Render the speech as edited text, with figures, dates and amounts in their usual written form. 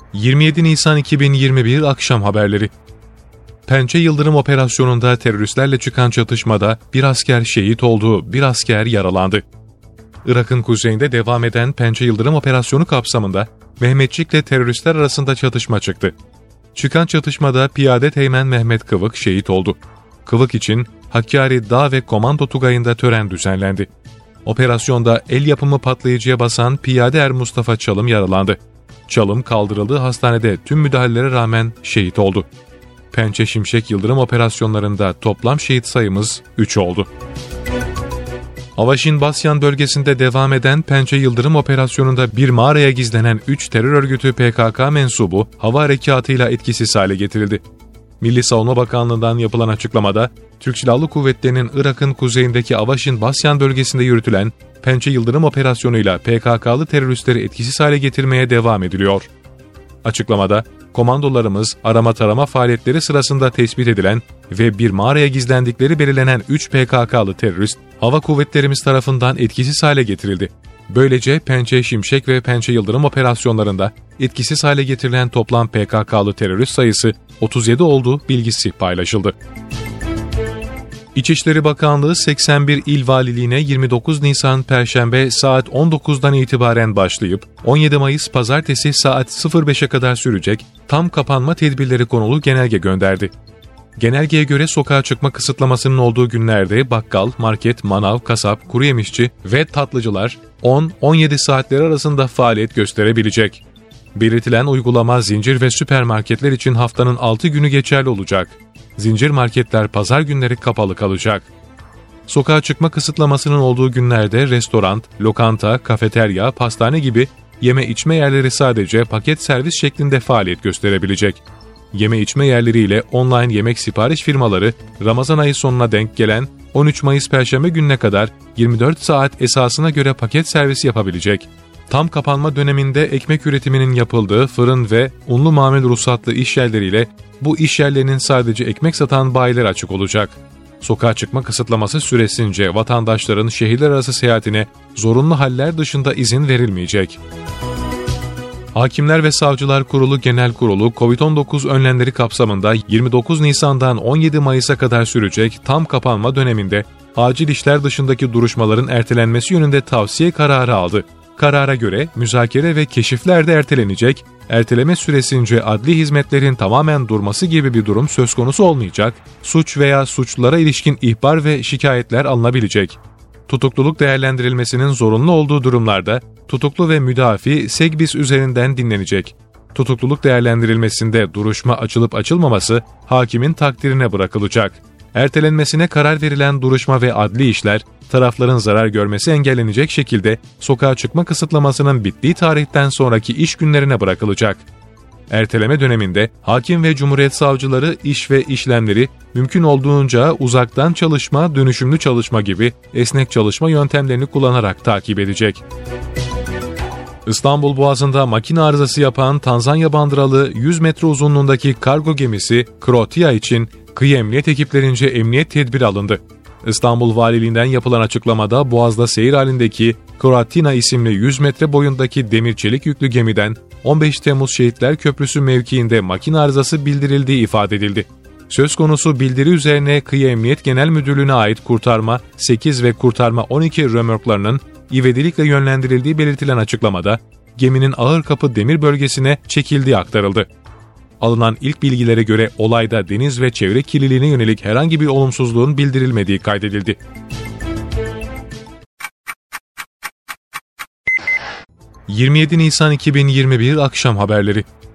27 Nisan 2021 akşam haberleri. Pençe Yıldırım operasyonunda teröristlerle çıkan çatışmada bir asker şehit oldu, bir asker yaralandı. Irak'ın kuzeyinde devam eden Pençe Yıldırım operasyonu kapsamında Mehmetçik'le teröristler arasında çatışma çıktı. Çıkan çatışmada Piyade Teğmen Mehmet Kıvık şehit oldu. Kıvık için Hakkari Dağ ve Komando Tugayı'nda tören düzenlendi. Operasyonda el yapımı patlayıcıya basan Piyade Er Mustafa Çalım yaralandı. Çalım kaldırıldığı hastanede tüm müdahalelere rağmen şehit oldu. Pençe Şimşek Yıldırım operasyonlarında toplam şehit sayımız 3 oldu. Avaşin Basyan bölgesinde devam eden Pençe Yıldırım operasyonunda bir mağaraya gizlenen 3 terör örgütü PKK mensubu hava harekatıyla etkisiz hale getirildi. Milli Savunma Bakanlığı'ndan yapılan açıklamada, Türk Silahlı Kuvvetleri'nin Irak'ın kuzeyindeki Avaşin Basyan bölgesinde yürütülen Pençe Yıldırım operasyonuyla PKK'lı teröristleri etkisiz hale getirmeye devam ediliyor. Açıklamada, komandolarımız arama tarama faaliyetleri sırasında tespit edilen ve bir mağaraya gizlendikleri belirlenen 3 PKK'lı terörist, hava kuvvetlerimiz tarafından etkisiz hale getirildi. Böylece Pençe Şimşek ve Pençe Yıldırım operasyonlarında etkisiz hale getirilen toplam PKK'lı terörist sayısı 37 olduğu bilgisi paylaşıldı. İçişleri Bakanlığı 81 il valiliğine 29 Nisan Perşembe saat 19'dan itibaren başlayıp 17 Mayıs Pazartesi saat 05'e kadar sürecek tam kapanma tedbirleri konulu genelge gönderdi. Genelgeye göre sokağa çıkma kısıtlamasının olduğu günlerde bakkal, market, manav, kasap, kuru yemişçi ve tatlıcılar 10-17 saatleri arasında faaliyet gösterebilecek. Belirtilen uygulama zincir ve süpermarketler için haftanın 6 günü geçerli olacak. Zincir marketler pazar günleri kapalı kalacak. Sokağa çıkma kısıtlamasının olduğu günlerde restoran, lokanta, kafeterya, pastane gibi yeme içme yerleri sadece paket servis şeklinde faaliyet gösterebilecek. Yeme içme yerleriyle online yemek sipariş firmaları Ramazan ayı sonuna denk gelen 13 Mayıs Perşembe gününe kadar 24 saat esasına göre paket servisi yapabilecek. Tam kapanma döneminde ekmek üretiminin yapıldığı fırın ve unlu mamul ruhsatlı iş yerleriyle bu iş yerlerinin sadece ekmek satan bayiler açık olacak. Sokağa çıkma kısıtlaması süresince vatandaşların şehirler arası seyahatine zorunlu haller dışında izin verilmeyecek. Hakimler ve Savcılar Kurulu Genel Kurulu, COVID-19 önlemleri kapsamında 29 Nisan'dan 17 Mayıs'a kadar sürecek tam kapanma döneminde acil işler dışındaki duruşmaların ertelenmesi yönünde tavsiye kararı aldı. Karara göre müzakere ve keşifler de ertelenecek, erteleme süresince adli hizmetlerin tamamen durması gibi bir durum söz konusu olmayacak, suç veya suçlulara ilişkin ihbar ve şikayetler alınabilecek. Tutukluluk değerlendirilmesinin zorunlu olduğu durumlarda tutuklu ve müdafi Segbis üzerinden dinlenecek. Tutukluluk değerlendirilmesinde duruşma açılıp açılmaması hakimin takdirine bırakılacak. Ertelenmesine karar verilen duruşma ve adli işler, tarafların zarar görmesi engellenecek şekilde sokağa çıkma kısıtlamasının bittiği tarihten sonraki iş günlerine bırakılacak. Erteleme döneminde hakim ve cumhuriyet savcıları iş ve işlemleri mümkün olduğunca uzaktan çalışma, dönüşümlü çalışma gibi esnek çalışma yöntemlerini kullanarak takip edecek. İstanbul Boğazı'nda makine arızası yapan Tanzanya bandıralı 100 metre uzunluğundaki kargo gemisi Krotia için kıyı emniyet ekiplerince emniyet tedbiri alındı. İstanbul Valiliğinden yapılan açıklamada Boğaz'da seyir halindeki Kroatina isimli 100 metre boyundaki demir çelik yüklü gemiden 15 Temmuz Şehitler Köprüsü mevkiinde makine arızası bildirildiği ifade edildi. Söz konusu bildiri üzerine Kıyı Emniyet Genel Müdürlüğü'ne ait Kurtarma 8 ve Kurtarma 12 römorklarının ivedilikle yönlendirildiği belirtilen açıklamada geminin Ağırkapı Demir bölgesine çekildiği aktarıldı. Alınan ilk bilgilere göre olayda deniz ve çevre kirliliğine yönelik herhangi bir olumsuzluğun bildirilmediği kaydedildi. ...27 Nisan 2021 akşam haberleri.